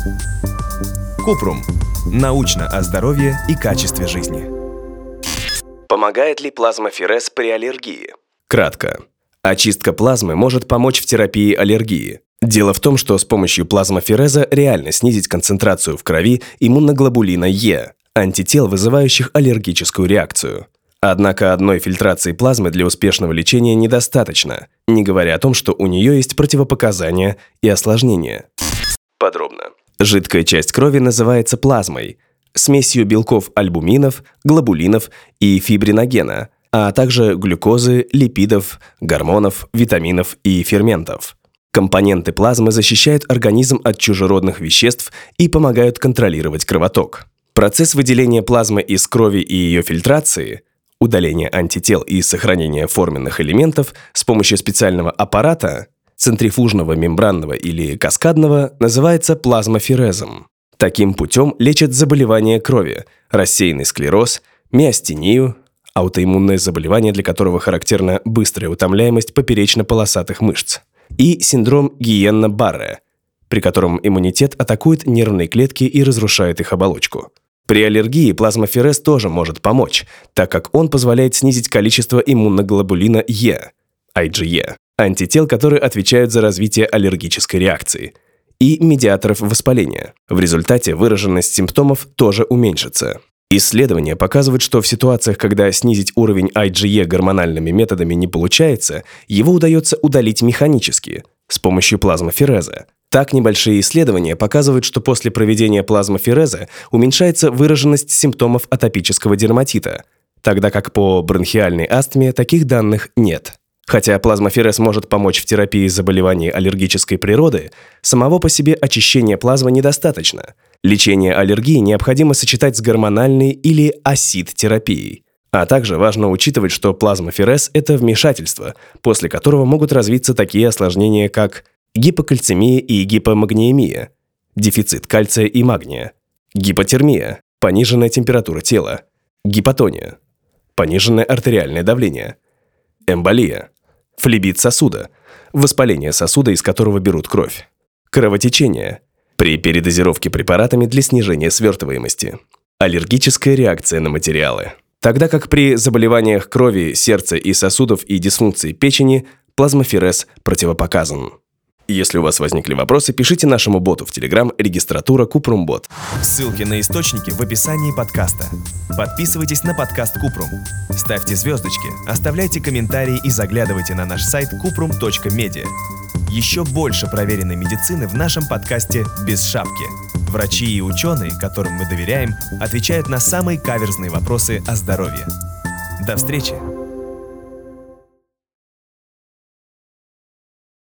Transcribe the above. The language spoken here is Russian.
Купрум. Научно о здоровье и качестве жизни. Помогает ли плазмоферез при аллергии? Кратко. Очистка плазмы может помочь в терапии аллергии. Дело в том, что с помощью плазмофереза реально снизить концентрацию в крови иммуноглобулина Е, антител, вызывающих аллергическую реакцию. Однако одной фильтрации плазмы для успешного лечения недостаточно, не говоря о том, что у нее есть противопоказания и осложнения. Подробно. Жидкая часть крови называется плазмой, смесью белков альбуминов, глобулинов и фибриногена, а также глюкозы, липидов, гормонов, витаминов и ферментов. Компоненты плазмы защищают организм от чужеродных веществ и помогают контролировать кровоток. Процесс выделения плазмы из крови и ее фильтрации, удаление антител и сохранение форменных элементов с помощью специального аппарата, центрифужного, мембранного или каскадного, называется плазмоферезом. Таким путем лечат заболевания крови, рассеянный склероз, миастению, аутоиммунное заболевание, для которого характерна быстрая утомляемость поперечно-полосатых мышц, и синдром Гиенна-Барре, при котором иммунитет атакует нервные клетки и разрушает их оболочку. При аллергии плазмоферез тоже может помочь, так как он позволяет снизить количество иммуноглобулина Е, IgE, антител, которые отвечают за развитие аллергической реакции, и медиаторов воспаления. В результате выраженность симптомов тоже уменьшится. Исследования показывают, что в ситуациях, когда снизить уровень IgE гормональными методами не получается, его удается удалить механически, с помощью плазмофереза. Так, небольшие исследования показывают, что после проведения плазмофереза уменьшается выраженность симптомов атопического дерматита, тогда как по бронхиальной астме таких данных нет. Хотя плазмоферез может помочь в терапии заболеваний аллергической природы, самого по себе очищения плазмы недостаточно. Лечение аллергии необходимо сочетать с гормональной или АСИД-терапией. А также важно учитывать, что плазмоферез – это вмешательство, после которого могут развиться такие осложнения, как гипокальцемия и гипомагниемия, дефицит кальция и магния, гипотермия, пониженная температура тела, гипотония, пониженное артериальное давление, эмболия, флебит сосуда, воспаление сосуда, из которого берут кровь, кровотечение при передозировке препаратами для снижения свертываемости, аллергическая реакция на материалы. Тогда как при заболеваниях крови, сердца и сосудов и дисфункции печени плазмоферез противопоказан. Если у вас возникли вопросы, пишите нашему боту в Telegram регистратура Купрумбот. Ссылки на источники в описании подкаста. Подписывайтесь на подкаст Купрум. Ставьте звездочки, оставляйте комментарии и заглядывайте на наш сайт kuprum.media. Еще больше проверенной медицины в нашем подкасте «Без шапки». Врачи и ученые, которым мы доверяем, отвечают на самые каверзные вопросы о здоровье. До встречи!